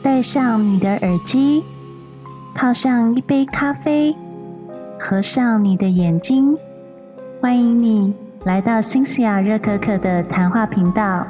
戴上你的耳机，泡上一杯咖啡，合上你的眼睛，欢迎你来到辛西亚热可可的谈话频道。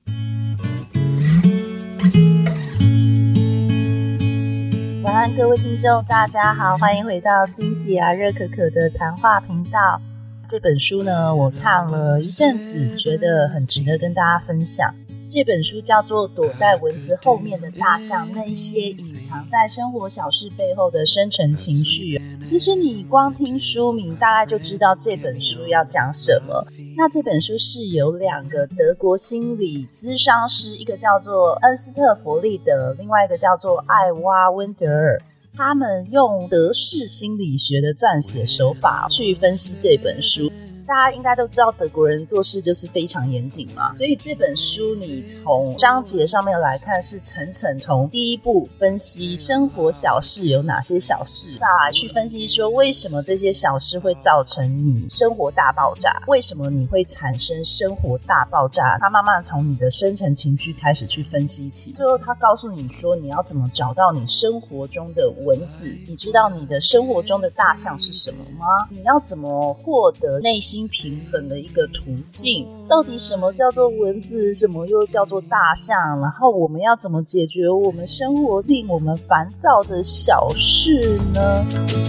晚安，各位听众，大家好，欢迎回到辛西亚热可可的谈话频道。这本书呢，我看了一阵子，觉得很值得跟大家分享。这本书叫做《躲在蚊子后面的大象：那些隐藏在生活小事背后的深层情绪》。其实你光听书名，大概就知道这本书要讲什么。那这本书是由2个德国心理咨商师，一个叫做恩斯特·弗利德，另外一个叫做艾娃·温德尔。他们用德式心理学的撰写手法去分析这本书。大家应该都知道德国人做事就是非常严谨嘛，所以这本书你从章节上面来看是层层，从第一步分析生活小事有哪些小事，再来去分析说为什么这些小事会造成你生活大爆炸，为什么你会产生生活大爆炸，他慢慢从你的深层情绪开始去分析起，最后他告诉你说你要怎么找到你生活中的蚊子，你知道你的生活中的大象是什么吗？你要怎么获得内心平衡的一个途径，到底什么叫做蚊子，什么又叫做大象，然后我们要怎么解决我们生活令我们烦躁的小事呢？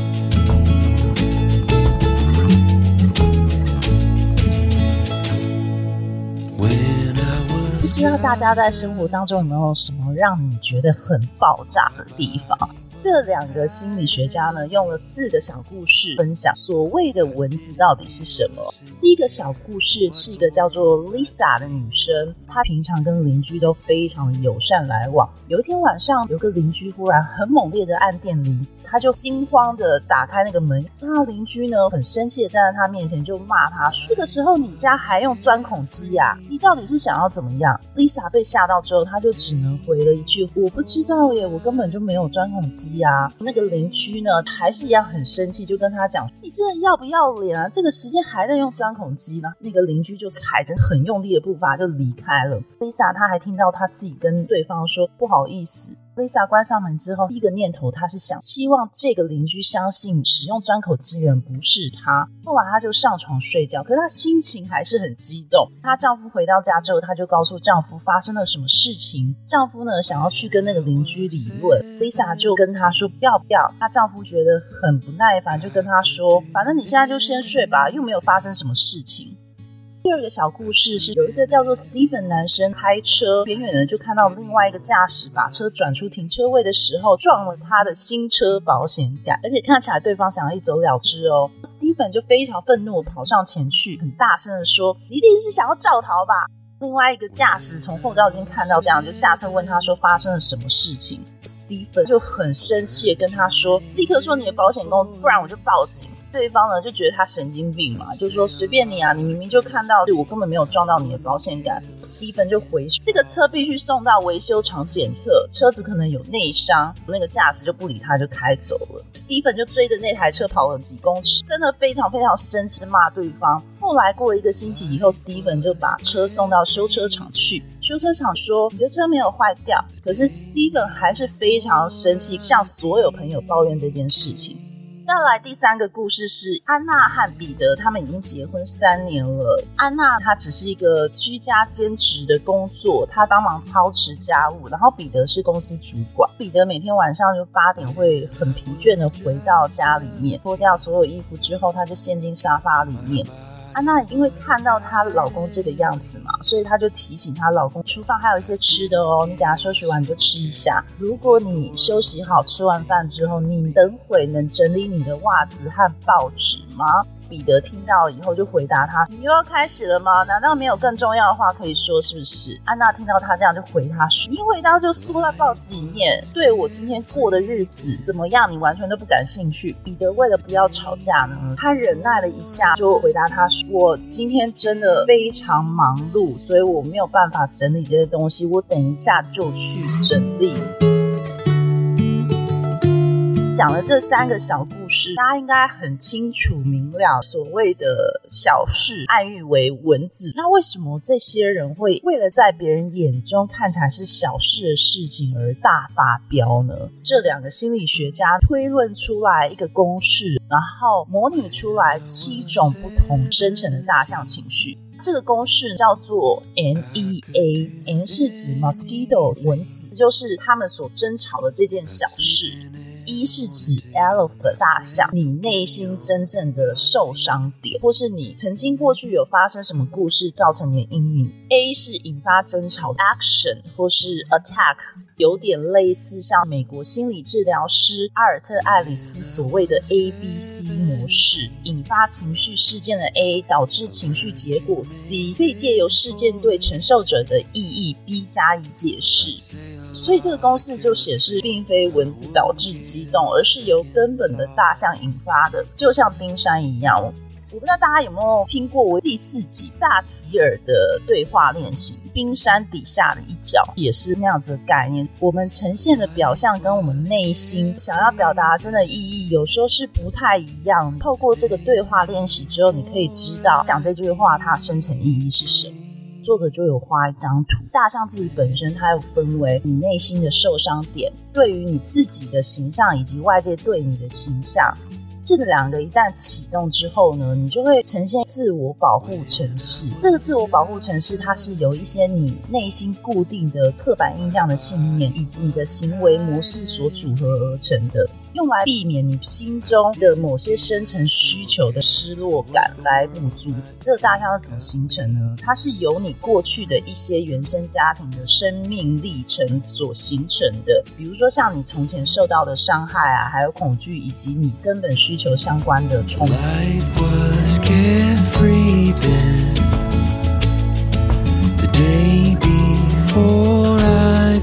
不知道大家在生活当中有没有什么让你觉得很爆炸的地方？这2个心理学家呢，用了4个小故事分享所谓的蚊子到底是什么。第一个小故事是一个叫做 Lisa 的女生，她平常跟邻居都非常的友善来往。有一天晚上，有个邻居忽然很猛烈的按电铃，她就惊慌的打开那个门，那邻居呢很生气的站在她面前就骂她说，这个时候你家还用钻孔机啊，你到底是想要怎么样？ Lisa 被吓到之后，她就只能回了一句，我不知道耶，我根本就没有钻孔机啊。那个邻居呢还是一样很生气，就跟他讲，你真的要不要脸啊，这个时间还在用钻孔机呢？那个邻居就踩着很用力的步伐就离开了。 Lisa 她还听到她自己跟对方说不好意思。 Lisa 关上门之后，第一个念头她是想希望这个邻居相信使用钻孔机人不是她。后来她就上床睡觉，可是她心情还是很激动。她丈夫回到家之后，她就告诉丈夫发生了什么事情。丈夫呢想要去跟那个邻居理论， Lisa 就跟他说不要。她丈夫觉得很不耐烦，就跟她说，反正你现在就先睡吧，又没有发生什么事情。第2个小故事是有一个叫做 Stephen 男生开车，远远的就看到另外一个驾驶把车转出停车位的时候撞了他的新车保险杆，而且看起来对方想要一走了之哦。 Stephen 就非常愤怒跑上前去，很大声的说，你一定是想要肇逃吧。另外一个驾驶从后照镜看到这样，就下车问他说发生了什么事情。 Stephen 就很生气的跟他说，立刻说你的保险公司，不然我就报警。对方呢就觉得他神经病嘛，就说随便你啊，你明明就看到我根本没有撞到你的保险杆。 Stephen 就回说，这个车必须送到维修厂检测，车子可能有内伤。那个驾驶就不理他，就开走了。 Stephen 就追着那台车跑了几公尺，真的非常非常生气的骂对方。后来过了1个星期以后， Stephen 就把车送到修车厂去，修车厂说你的车没有坏掉，可是 Stephen 还是非常生气，向所有朋友抱怨这件事情。再来第3个故事是安娜和彼得，他们已经结婚3年了。安娜她只是一个居家兼职的工作，她帮忙操持家务，然后彼得是公司主管。彼得每天晚上就8点会很疲倦的回到家里面，脱掉所有衣服之后，她就陷进沙发里面。安娜因为看到她老公这个样子嘛，所以她就提醒她老公，厨房还有一些吃的哦，你等下休息完你就吃一下。如果你休息好吃完饭之后，你等会能整理你的袜子和报纸吗？彼得听到了以后就回答他，你又要开始了吗？难道没有更重要的话可以说是不是？安娜听到他这样就回他说，你一回答就缩在报纸里面，对我今天过的日子怎么样你完全都不感兴趣。彼得为了不要吵架呢，他忍耐了一下就回答他说，我今天真的非常忙碌，所以我没有办法整理这些东西，我等一下就去整理。 讲了这3个小故事，大家应该很清楚明了所谓的小事暗喻为文字。那为什么这些人会为了在别人眼中看起来是小事的事情而大发飙呢？这2个心理学家推论出来一个公式，然后模拟出来7种不同生成的大象情绪。这个公式叫做 NEA，N 是指 mosquito 蚊子，就是他们所争吵的这件小事。E 是指 elephant 大象，你内心真正的受伤点，或是你曾经过去有发生什么故事造成你的阴影。A 是引发争吵 action 或是 attack， 有点类似像美国心理治疗师阿尔特艾里斯所谓的 ABC 模式，引发情绪事件的 A 导致情绪结果 C， 可以借由事件对承受者的意义 B 加以解释。所以这个公式就显示并非蚊子导致激动，而是由根本的大象引发的，就像冰山一样。我不知道大家有没有听过我第4集大提尔的对话练习，冰山底下的一角，也是那样子的概念。我们呈现的表象跟我们内心想要表达真的意义有时候是不太一样。透过这个对话练习之后，你可以知道讲这句话它深层意义是什么。作者就有画一张图，大象自己本身它有分为你内心的受伤点，对于你自己的形象以及外界对你的形象。这2个一旦启动之后呢，你就会呈现自我保护程式。这个自我保护程式它是由一些你内心固定的刻板印象的信念以及你的行为模式所组合而成的，用来避免你心中的某些深层需求的失落感来补足。这个大象是怎么形成呢？它是由你过去的一些原生家庭的生命历程所形成的，比如说像你从前受到的伤害啊，还有恐惧，以及你根本需求相关的冲突。Life was carefree then, the day before I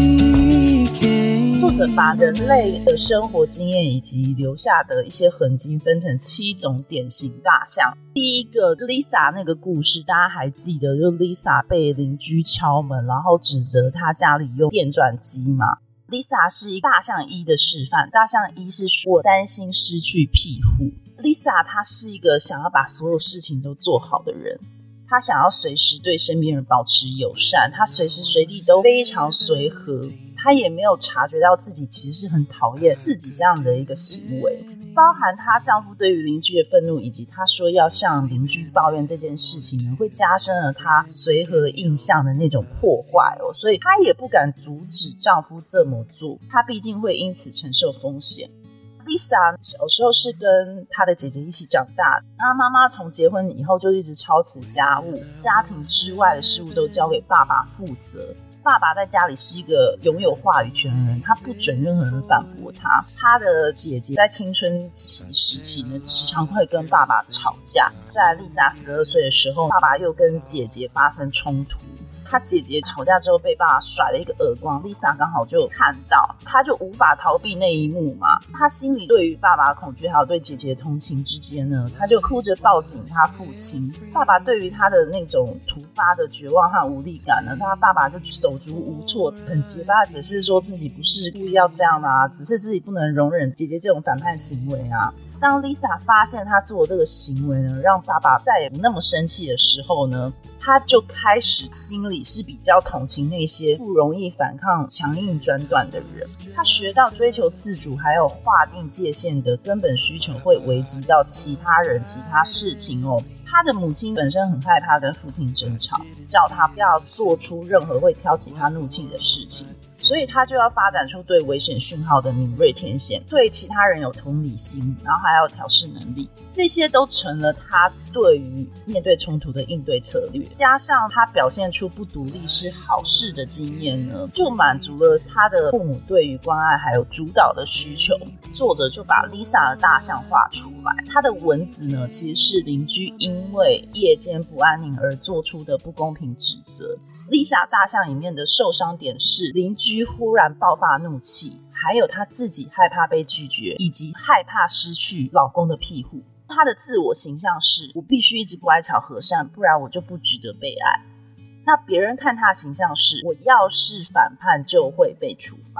became。 作者把人类的生活经验以及留下的一些痕迹分成7种典型大象。第一个 Lisa 那个故事大家还记得，就 Lisa 被邻居敲门，然后指责她家里用电转机嘛。Lisa 是一大象1的示范。大象1是说我担心失去庇护。Lisa 她是一个想要把所有事情都做好的人，她想要随时对身边人保持友善，她随时随地都非常随和，她也没有察觉到自己其实是很讨厌自己这样的一个行为，包含她丈夫对于邻居的愤怒，以及她说要向邻居抱怨这件事情呢，会加深了她随和印象的那种破坏哦，所以她也不敢阻止丈夫这么做，她毕竟会因此承受风险。Lisa 小时候是跟她的姐姐一起长大，那妈妈从结婚以后就一直操持家务，家庭之外的事物都交给爸爸负责。爸爸在家里是一个拥有话语权的人，他不准任何人反驳他。他的姐姐在青春期时期呢，时常会跟爸爸吵架。在 Lisa 12岁的时候，爸爸又跟姐姐发生冲突。他姐姐吵架之后被爸爸甩了一个耳光， Lisa 刚好就看到，他就无法逃避那一幕嘛。他心里对于爸爸的恐惧还有对姐姐的同情之间呢，他就哭着抱紧他父亲。爸爸对于他的那种突发的绝望和无力感呢，他爸爸就手足无措，很结巴地解释说自己不是故意要这样啊，只是自己不能容忍姐姐这种反叛行为啊。当 Lisa 发现他做这个行为呢，让爸爸再也不那么生气的时候呢，他就开始心里是比较同情那些不容易反抗强硬转短的人。他学到追求自主还有划定界限的根本需求会危及到其他人其他事情哦。他的母亲本身很害怕跟父亲争吵，叫他不要做出任何会挑起他怒气的事情，所以他就要发展出对危险讯号的敏锐天线，对其他人有同理心，然后还有调试能力，这些都成了他对于面对冲突的应对策略。加上他表现出不独立是好事的经验呢，就满足了他的父母对于关爱还有主导的需求。作者就把 Lisa 的大象画出来，他的蚊子呢，其实是邻居因为夜间不安宁而做出的不公平指责。Lisa 大象里面的受伤点是邻居忽然爆发怒气，还有她自己害怕被拒绝，以及害怕失去老公的庇护。她的自我形象是我必须一直乖巧和善，不然我就不值得被爱。那别人看她的形象是我要是反叛就会被处罚。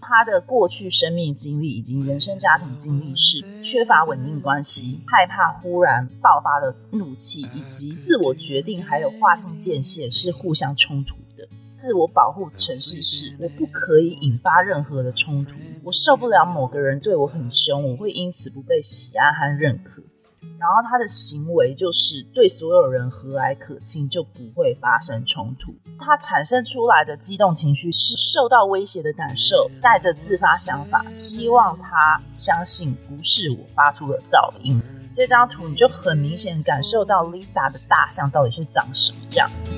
他的过去生命经历以及原生家庭经历是缺乏稳定关系，害怕忽然爆发的怒气，以及自我决定还有划清界限是互相冲突的。自我保护程式是我不可以引发任何的冲突，我受不了某个人对我很凶，我会因此不被喜爱和认可。然后他的行为就是对所有人和蔼可亲，就不会发生冲突。他产生出来的激动情绪是受到威胁的感受，带着自发想法，希望他相信不是我发出的噪音。这张图你就很明显感受到 Lisa 的大象到底是长什么样子。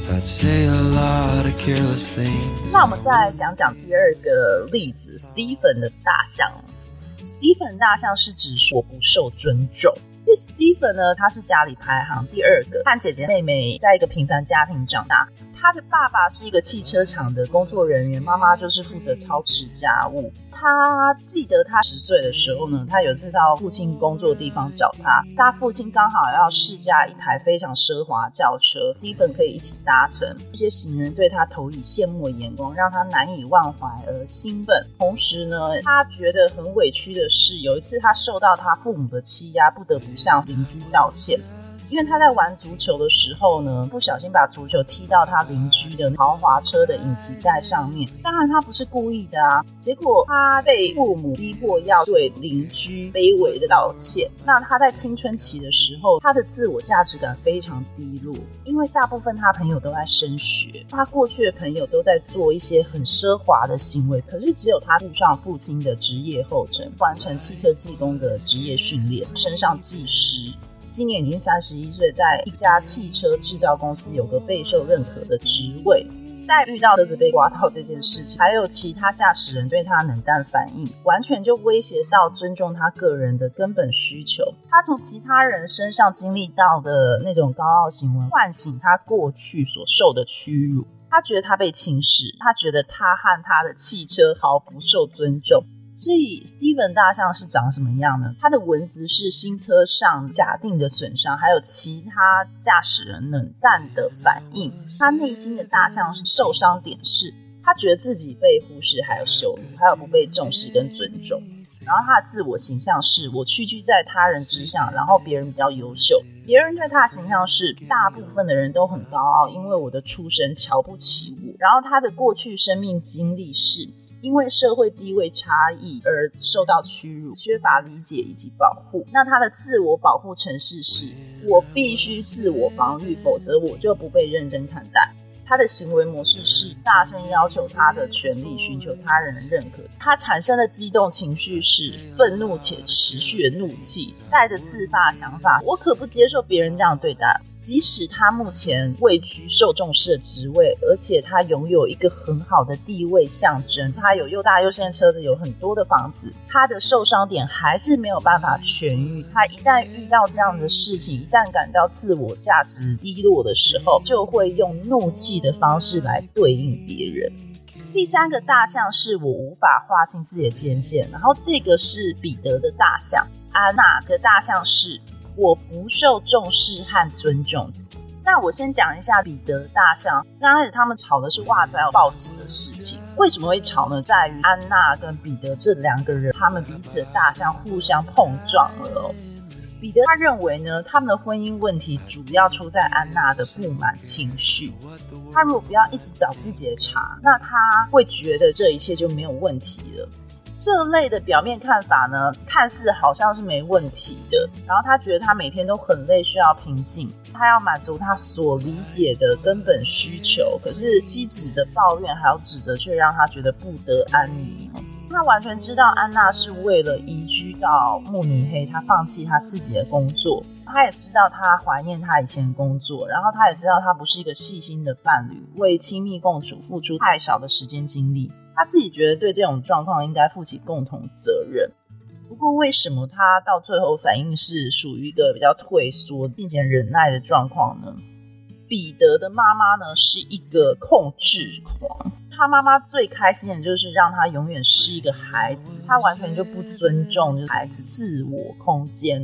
那我们再来讲讲第二个例子 Stephen 的大象。Stephen 大象是指我不受尊重。这 Stephen 呢，他是家里排行第二个，和姐姐妹妹在一个平凡家庭长大。他的爸爸是一个汽车厂的工作人员，妈妈就是负责操持家务。他记得他10岁的时候呢，他有一次到父亲工作的地方找他父亲刚好要试驾一台非常奢华轿车 Stephen 可以一起搭乘。一些行人对他投以羡慕的眼光，让他难以忘怀而兴奋。同时呢，他觉得很委屈的是，有一次他受到他父母的欺压，不得不向邻居道歉。因为他在玩足球的时候呢，不小心把足球踢到他邻居的豪华车的引擎盖上面。当然他不是故意的啊，结果他被父母逼迫要对邻居卑微的道歉。那他在青春期的时候，他的自我价值感非常低落，因为大部分他朋友都在升学，他过去的朋友都在做一些很奢华的行为，可是只有他步上父亲的职业后尘，完成汽车技工的职业训练，升上技师。今年已经31岁，在一家汽车制造公司有个备受认可的职位。在遇到车子被刮到这件事情，还有其他驾驶人对他冷淡反应，完全就威胁到尊重他个人的根本需求。他从其他人身上经历到的那种高傲行为，唤醒他过去所受的屈辱。他觉得他被轻视，他觉得他和他的汽车毫不受尊重。所以 Stephen 大象是长什么样呢？他的文字是新车上假定的损伤，还有其他驾驶人冷淡的反应。他内心的大象受伤点是他觉得自己被忽视，还有羞辱，还有不被重视跟尊重。然后他的自我形象是我屈居在他人之上，然后别人比较优秀。别人对他的形象是大部分的人都很高傲，因为我的出身瞧不起我。然后他的过去生命经历是因为社会地位差异而受到屈辱，缺乏理解以及保护。那他的自我保护程式是我必须自我防御，否则我就不被认真看待。他的行为模式是大声要求他的权利，寻求他人的认可。他产生的激动情绪是愤怒且持续的怒气，带着自发想法，我可不接受别人这样对待。即使他目前位居受重视的职位，而且他拥有一个很好的地位象征，他有又大又新的车子，有很多的房子，他的受伤点还是没有办法痊愈。他一旦遇到这样的事情，一旦感到自我价值低落的时候，就会用怒气的方式来对应别人。第三个大象是我无法划清自己的界限，然后这个是彼得的大象。安娜的大象是我不受重视和尊重。那我先讲一下彼得大象。刚开始他们吵的是袜子还有报纸的事情。为什么会吵呢？在于安娜跟彼得这两个人，他们彼此的大象互相碰撞了哦。彼得他认为呢，他们的婚姻问题主要出在安娜的不满情绪。他如果不要一直找自己的茬，那他会觉得这一切就没有问题了。这类的表面看法呢，看似好像是没问题的，然后他觉得他每天都很累，需要平静，他要满足他所理解的根本需求。可是妻子的抱怨还有指责却让他觉得不得安宁。他完全知道安娜是为了移居到慕尼黑，他放弃他自己的工作。他也知道他怀念他以前的工作，然后他也知道他不是一个细心的伴侣，为亲密共处付出太少的时间精力。他自己觉得对这种状况应该负起共同责任。不过为什么他到最后反应是属于一个比较退缩并且忍耐的状况呢？彼得的妈妈呢是一个控制狂，他妈妈最开心的就是让他永远是一个孩子，他完全就不尊重孩子自我空间哦。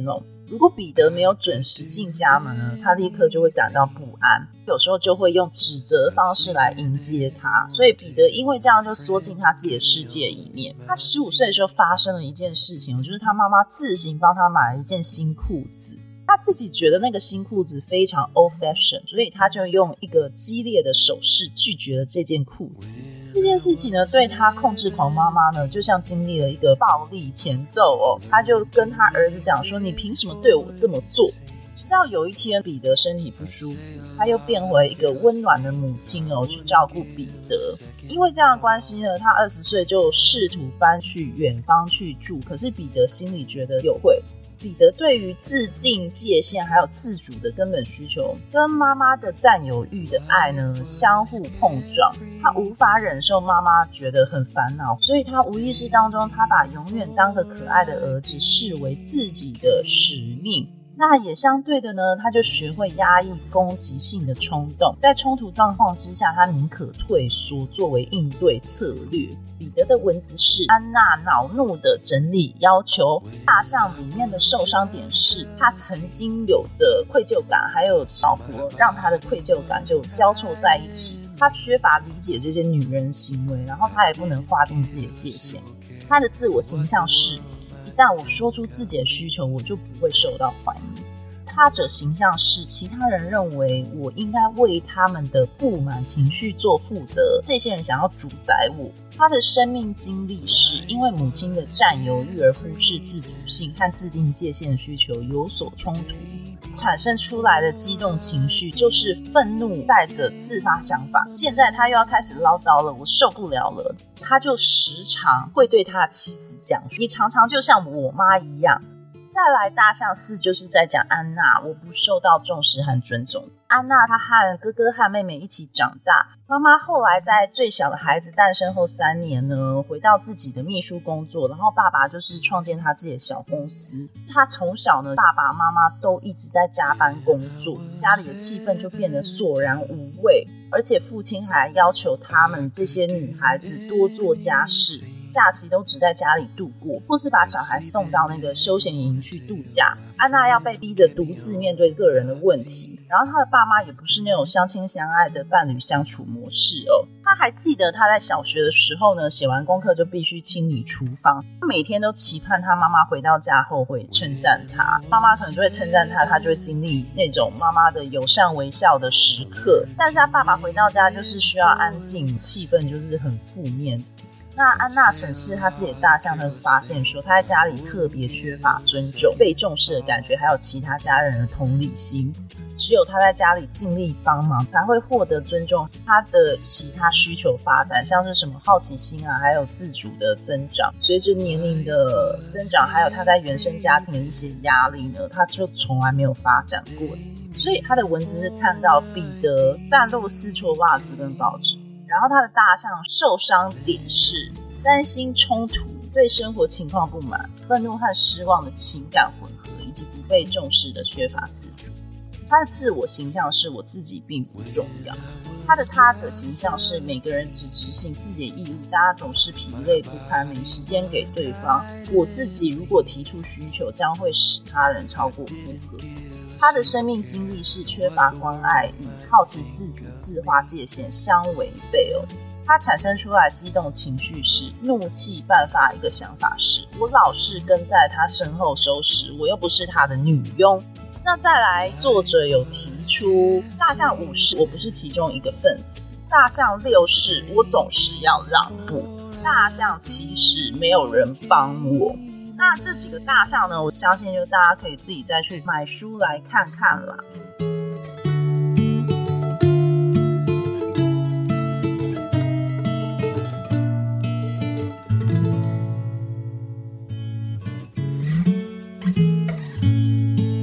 如果彼得没有准时进家门呢，他立刻就会感到不安，有时候就会用指责的方式来迎接他。所以彼得因为这样就缩进他自己的世界里面。他15岁的时候发生了一件事情，就是他妈妈自行帮他买了一件新裤子。他自己觉得那个新裤子非常 old fashion， 所以他就用一个激烈的手势拒绝了这件裤子。这件事情呢，对他控制狂妈妈呢，就像经历了一个暴力前奏哦。他就跟他儿子讲说：“你凭什么对我这么做？”直到有一天，彼得身体不舒服，他又变回一个温暖的母亲哦，去照顾彼得。因为这样的关系呢，他20岁就试图搬去远方去住，可是彼得心里觉得有悔。彼得对于自定界限还有自主的根本需求跟妈妈的占有欲的爱呢相互碰撞，他无法忍受妈妈觉得很烦恼，所以他无意识当中他把永远当个可爱的儿子视为自己的使命。那也相对的呢，他就学会压抑攻击性的冲动，在冲突状况之下他宁可退缩作为应对策略。彼得的文字是安娜恼怒的整理要求，大象里面的受伤点是他曾经有的愧疚感，还有老婆让他的愧疚感就交错在一起。他缺乏理解这些女人行为，然后他也不能划定自己的界限。他的自我形象是一旦我说出自己的需求，我就不会受到欢迎。他者形象是其他人认为我应该为他们的不满情绪做负责，这些人想要主宰我。他的生命经历是因为母亲的占有欲而忽视自主性和自定界限的需求有所冲突，产生出来的激动情绪就是愤怒带着自发想法。现在他又要开始唠叨了，我受不了了。他就时常会对他的妻子讲说，你常常就像我妈一样。再来大象4就是在讲安娜，我不受到重视和尊重。安娜她和哥哥和妹妹一起长大，妈妈后来在最小的孩子诞生后3年呢，回到自己的秘书工作，然后爸爸就是创建他自己的小公司。他从小呢，爸爸妈妈都一直在加班工作，家里的气氛就变得索然无味，而且父亲还要求他们这些女孩子多做家事，假期都只在家里度过，或是把小孩送到那个休闲营去度假。安娜要被逼着独自面对个人的问题，然后她的爸妈也不是那种相亲相爱的伴侣相处模式哦。她还记得她在小学的时候呢，写完功课就必须清理厨房，她每天都期盼她妈妈回到家后会称赞她，妈妈可能就会称赞她，她就会经历那种妈妈的友善微笑的时刻。但是她爸爸回到家就是需要安静，气氛就是很负面。那安娜审视她自己的大象，她发现说她在家里特别缺乏尊重、被重视的感觉，还有其他家人的同理心。只有她在家里尽力帮忙，才会获得尊重。她的其他需求发展，像是什么好奇心啊，还有自主的增长，随着年龄的增长，还有她在原生家庭的一些压力呢，她就从来没有发展过。所以她的文字是看到彼得散落4撮袜子跟报纸。然后他的大象受伤点是担心冲突、对生活情况不满、愤怒和失望的情感混合，以及不被重视的缺乏自主。他的自我形象是我自己并不重要。他的他者形象是每个人只执行自己的义务，大家总是疲累不堪，没时间给对方。我自己如果提出需求，将会使他人超过负荷。他的生命经历是缺乏关爱与好奇自主自化界限相违背哦。他产生出来激动情绪是怒气爆发，一个想法是我老是跟在他身后收拾，我又不是他的女佣。那再来，作者有提出大象5是我不是其中一个分子，大象6是我总是要让步，大象7是没有人帮我。那这几个大象呢，我相信就大家可以自己再去买书来看看啦。作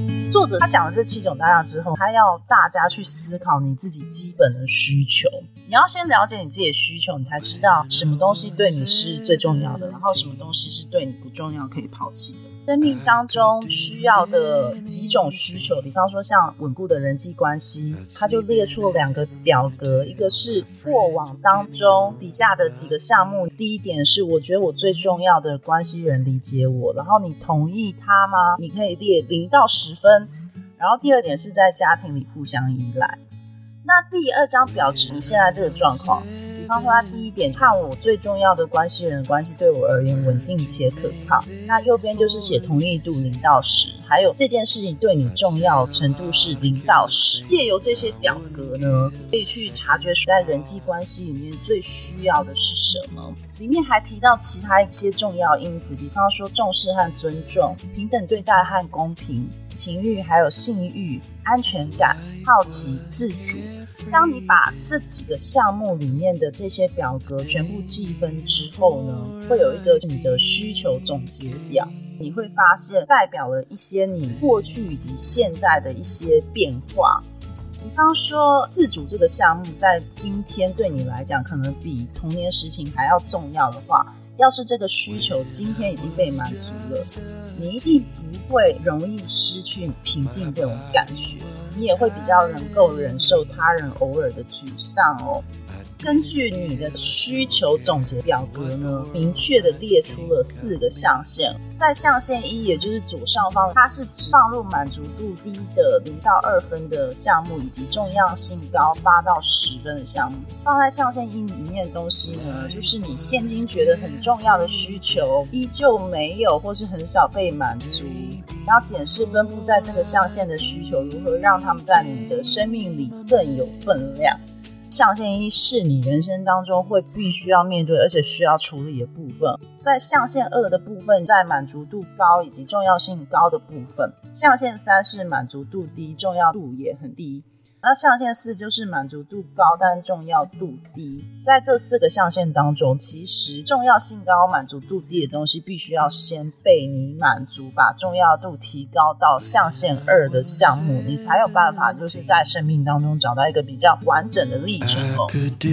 作者他讲了这7种大象之后，他要大家去思考你自己基本的需求。你要先了解你自己的需求，你才知道什么东西对你是最重要的，然后什么东西是对你不重要可以抛弃的。生命当中需要的几种需求，比方说像稳固的人际关系，他就列出了2个表格，一个是过往当中底下的几个项目。第一点是我觉得我最重要的关系人理解我，然后你同意他吗？你可以列0到10分。然后第2点是在家庭里互相依赖。那第2张表指你现在这个状况，比方说他第1点，看我最重要的关系人的关系对我而言稳定且可靠。那右边就是写同意度0到10，还有这件事情对你重要程度是0到10。借由这些表格呢，可以去察觉在人际关系里面最需要的是什么。里面还提到其他一些重要因子，比方说重视和尊重、平等对待和公平、情欲还有性欲、安全感、好奇、自主。当你把这几个项目里面的这些表格全部计分之后呢，会有一个你的需求总结表，你会发现代表了一些你过去以及现在的一些变化。比方说自主这个项目在今天对你来讲可能比童年时期还要重要的话，要是这个需求今天已经被满足了，你一定不会容易失去平静这种感觉，你也会比较能够忍受他人偶尔的沮丧哦。根据你的需求总结表格呢，明确的列出了4个象限。在象限1，也就是左上方，它是指放入满足度低的0到2分的项目，以及重要性高8到10分的项目。放在象限1里面的东西呢，就是你现今觉得很重要的需求依旧没有或是很少被满足，你要检视分布在这个象限的需求如何让他们在你的生命里更有分量。象限1是你人生当中会必须要面对而且需要处理的部分。在象限2的部分，在满足度高以及重要性高的部分。象限3是满足度低，重要度也很低。那象限4就是满足度高但重要度低。在这4个象限当中，其实重要性高满足度低的东西必须要先被你满足，把重要度提高到象限2的项目，你才有办法就是在生命当中找到一个比较完整的历程哦。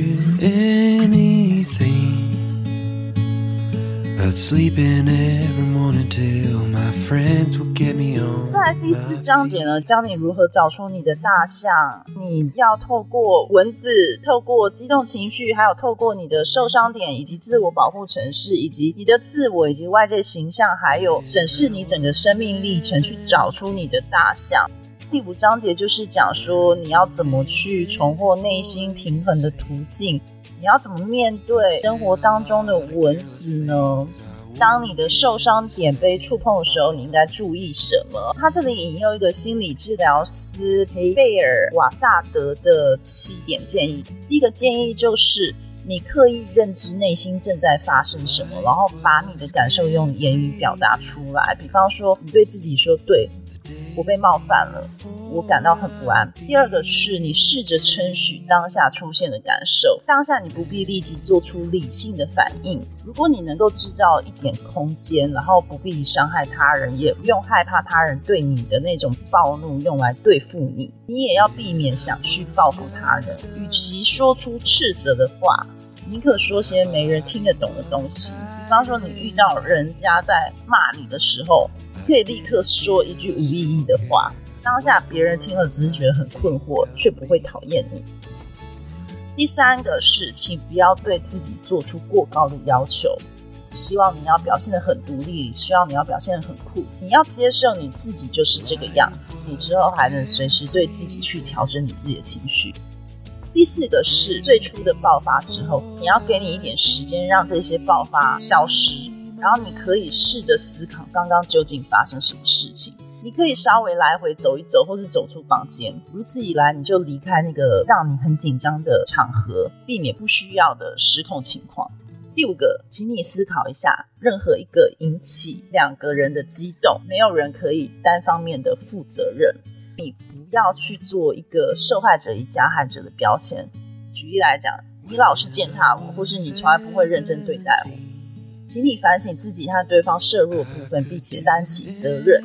在第4章节呢，教你如何找出你的大象。你要透过文字，透过激动情绪，还有透过你的受伤点以及自我保护程式，以及你的自我以及外界形象，还有审视你整个生命历程，去找出你的大象。第5章节就是讲说你要怎么去重获内心平衡的途径，你要怎么面对生活当中的蚊子呢？当你的受伤点被触碰的时候，你应该注意什么？他这里引用一个心理治疗师培贝尔瓦萨德的7点建议。第一个建议就是你刻意认知内心正在发生什么，然后把你的感受用言语表达出来。比方说你对自己说，对，我被冒犯了，我感到很不安。第2个是你试着称许当下出现的感受，当下你不必立即做出理性的反应。如果你能够制造一点空间，然后不必伤害他人，也不用害怕他人对你的那种暴怒用来对付你，你也要避免想去报复他人。与其说出斥责的话，宁可说些没人听得懂的东西。比方说你遇到人家在骂你的时候，可以立刻说一句无意义的话，当下别人听了只是觉得很困惑，却不会讨厌你。第3个是请不要对自己做出过高的要求，希望你要表现得很独立，希望你要表现得很酷，你要接受你自己就是这个样子，你之后还能随时对自己去调整你自己的情绪。第4个是最初的爆发之后，你要给你一点时间让这些爆发消失，然后你可以试着思考刚刚究竟发生什么事情。你可以稍微来回走一走，或是走出房间，如此一来你就离开那个让你很紧张的场合，避免不需要的失控情况。第5个，请你思考一下，任何一个引起2个人的激动，没有人可以单方面的负责任。你不要去做一个受害者与加害者的标签。举例来讲，你老是践踏我，或是你从来不会认真对待我，请你反省自己和对方涉入的部分，并且担起责任。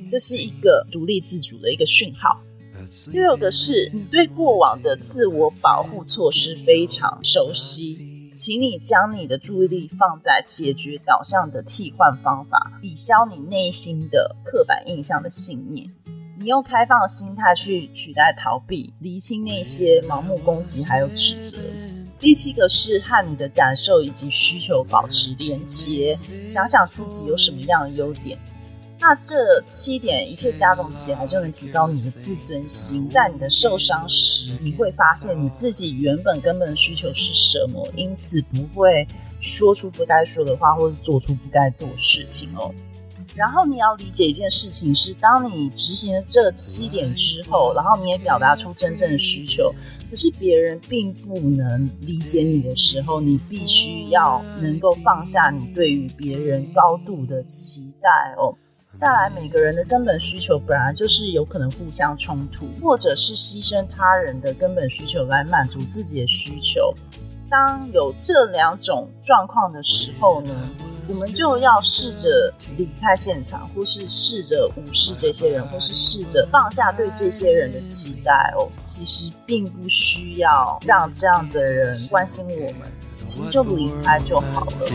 这是一个独立自主的一个讯号。第二个是你对过往的自我保护措施非常熟悉，请你将你的注意力放在解决导向的替换方法，抵消你内心的刻板印象的信念。你用开放的心态去取代逃避，厘清那些盲目攻击还有指责。第7个是和你的感受以及需求保持连结，想想自己有什么样的优点。那这7点一切加总起来，就能提高你的自尊心。在你的受伤时，你会发现你自己原本根本的需求是什么，因此不会说出不该说的话，或者做出不该做的事情哦。然后你要理解一件事情是，当你执行了这7点之后，然后你也表达出真正的需求，可是别人并不能理解你的时候，你必须要能够放下你对于别人高度的期待哦。再来，每个人的根本需求本来就是有可能互相冲突，或者是牺牲他人的根本需求来满足自己的需求。当有这2种状况的时候呢，我们就要试着离开现场，或是试着无视这些人，或是试着放下对这些人的期待哦。其实并不需要让这样子的人关心我们，其实就离开就好了。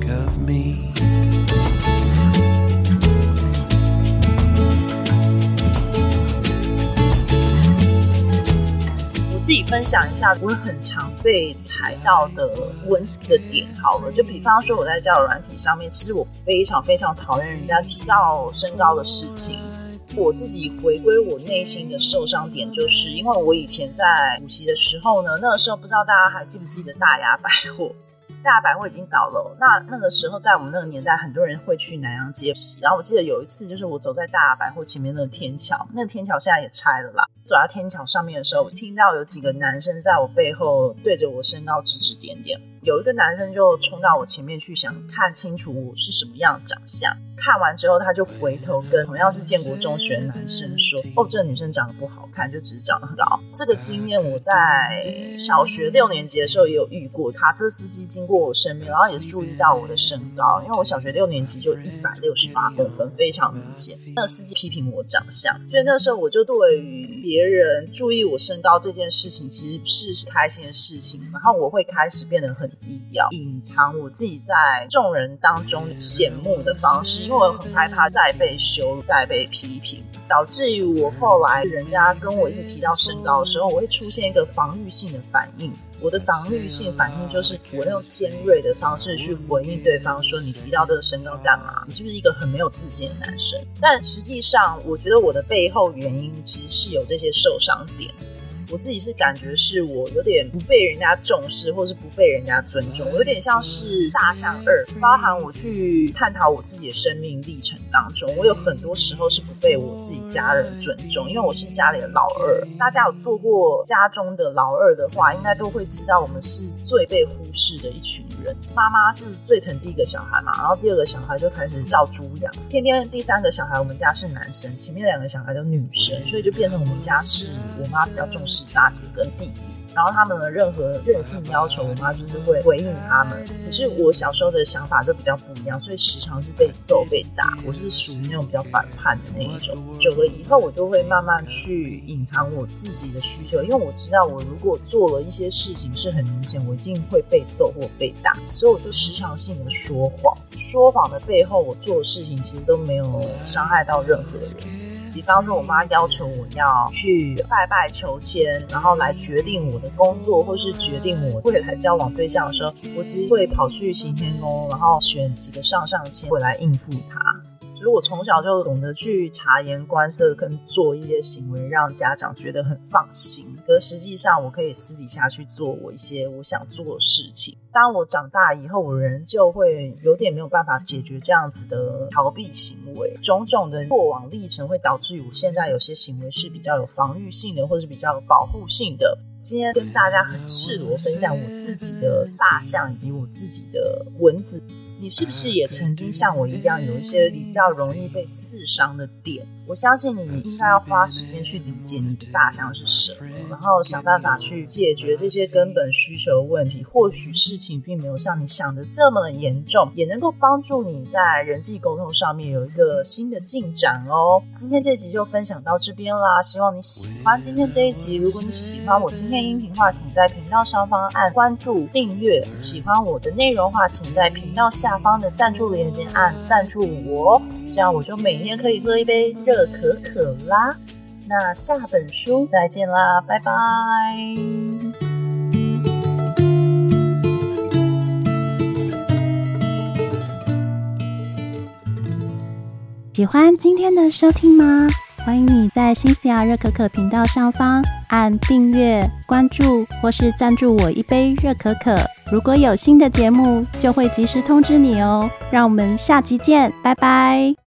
自己分享一下我很常被踩到的文字的点好了，就比方说我在交友软体上面，其实我非常非常讨厌人家提到身高的事情。我自己回归我内心的受伤点，就是因为我以前在补习的时候呢，那个时候不知道大家还记不记得大雅百货，大雅百货已经倒了。那个时候在我们那个年代，很多人会去南洋街洗。然后我记得有一次，就是我走在大雅百货前面那个天桥，那个天桥现在也拆了啦。走在天桥上面的时候，我听到有几个男生在我背后对着我身高指指点点。有一个男生就冲到我前面去，想看清楚我是什么样的长相。看完之后，他就回头跟同样是建国中学的男生说：“哦，这个女生长得不好看，就只是长得很高。”这个经验我在小学6年级的时候也有遇过。卡车司机经过我身边，然后也注意到我的身高，因为我小学6年级就168公分，非常明显。那个司机批评我长相，所以那时候我就对于别人注意我身高这件事情，其实是开心的事情。然后我会开始变得很低调，隐藏我自己在众人当中显目的方式，因为我很害怕再被羞辱、再被批评，导致于我后来人家跟我一直提到身高的时候，我会出现一个防御性的反应。我的防御性反应就是我用尖锐的方式去回应对方，说你提到这个身高干嘛？你是不是一个很没有自信的男生？但实际上我觉得我的背后原因其实是有这些受伤点。我自己是感觉是我有点不被人家重视，或是不被人家尊重，我有点像是大象2，包含我去探讨我自己的生命历程当中，我有很多时候是不被我自己家人尊重，因为我是家里的老二。大家有做过家中的老二的话，应该都会知道我们是最被忽视的一群人。妈妈是最疼第一个小孩嘛，然后第2个小孩就开始照猪养，偏偏第3个小孩我们家是男生，前面2个小孩都女生，所以就变成我们家是我妈比较重视大姐跟弟弟，然后他们的任何任性要求，我妈就是会回应他们。可是我小时候的想法就比较不一样，所以时常是被揍被打，我是属于那种比较反叛的那一种。久了以后，我就会慢慢去隐藏我自己的需求，因为我知道我如果做了一些事情是很明显，我一定会被揍或被打，所以我就时常性的说谎。说谎的背后，我做的事情其实都没有伤害到任何人。比方说我妈要求我要去拜拜求签，然后来决定我的工作，或是决定我未来交往对象的时候，我其实会跑去行天宫，然后选几个上签回来应付她。所以我从小就懂得去察言观色，跟做一些行为让家长觉得很放心，可是实际上我可以私底下去做我一些我想做的事情。当我长大以后，我人就会有点没有办法解决这样子的逃避行为，种种的过往历程会导致于我现在有些行为是比较有防御性的，或是比较有保护性的。今天跟大家很赤裸分享我自己的大象以及我自己的文字。 你是不是也曾经像我一样有一些比较容易被刺伤的点？我相信你应该要花时间去理解你的大项是什么，然后想办法去解决这些根本需求问题。或许事情并没有像你想的这么的严重，也能够帮助你在人际沟通上面有一个新的进展哦。今天这集就分享到这边啦，希望你喜欢今天这一集。如果你喜欢我今天音频话，请在频道上方按关注订阅，喜欢我的内容话，请在频道下方的赞助链接按赞助我，这样我就每天可以喝一杯热可可啦。那下本书再见啦，拜拜。 喜欢今天的收听吗？欢迎你在新西亚热可可频道上方按订阅、关注或是赞助我一杯热可可。如果有新的节目，就会及时通知你哦。让我们下集见，拜拜。